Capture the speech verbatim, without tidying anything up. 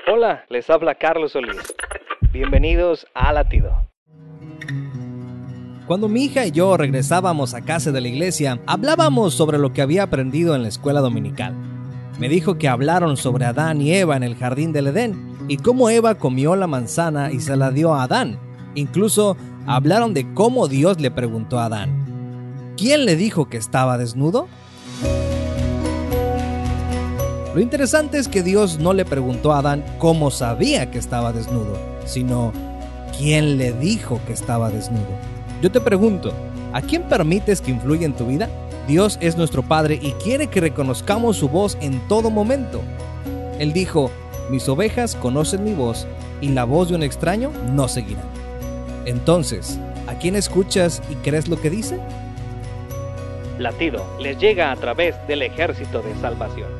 Hola, les habla Carlos Solís. Bienvenidos a Latido. Cuando mi hija y yo regresábamos a casa de la iglesia, hablábamos sobre lo que había aprendido en la escuela dominical. Me dijo que hablaron sobre Adán y Eva en el jardín del Edén y cómo Eva comió la manzana y se la dio a Adán. Incluso hablaron de cómo Dios le preguntó a Adán: ¿quién le dijo que estaba desnudo? Lo interesante es que Dios no le preguntó a Adán cómo sabía que estaba desnudo, sino ¿quién le dijo que estaba desnudo? Yo te pregunto, ¿a quién permites que influya en tu vida? Dios es nuestro Padre y quiere que reconozcamos su voz en todo momento. Él dijo: mis ovejas conocen mi voz y la voz de un extraño no seguirán. Entonces, ¿a quién escuchas y crees lo que dice? Latido les llega a través del Ejército de Salvación.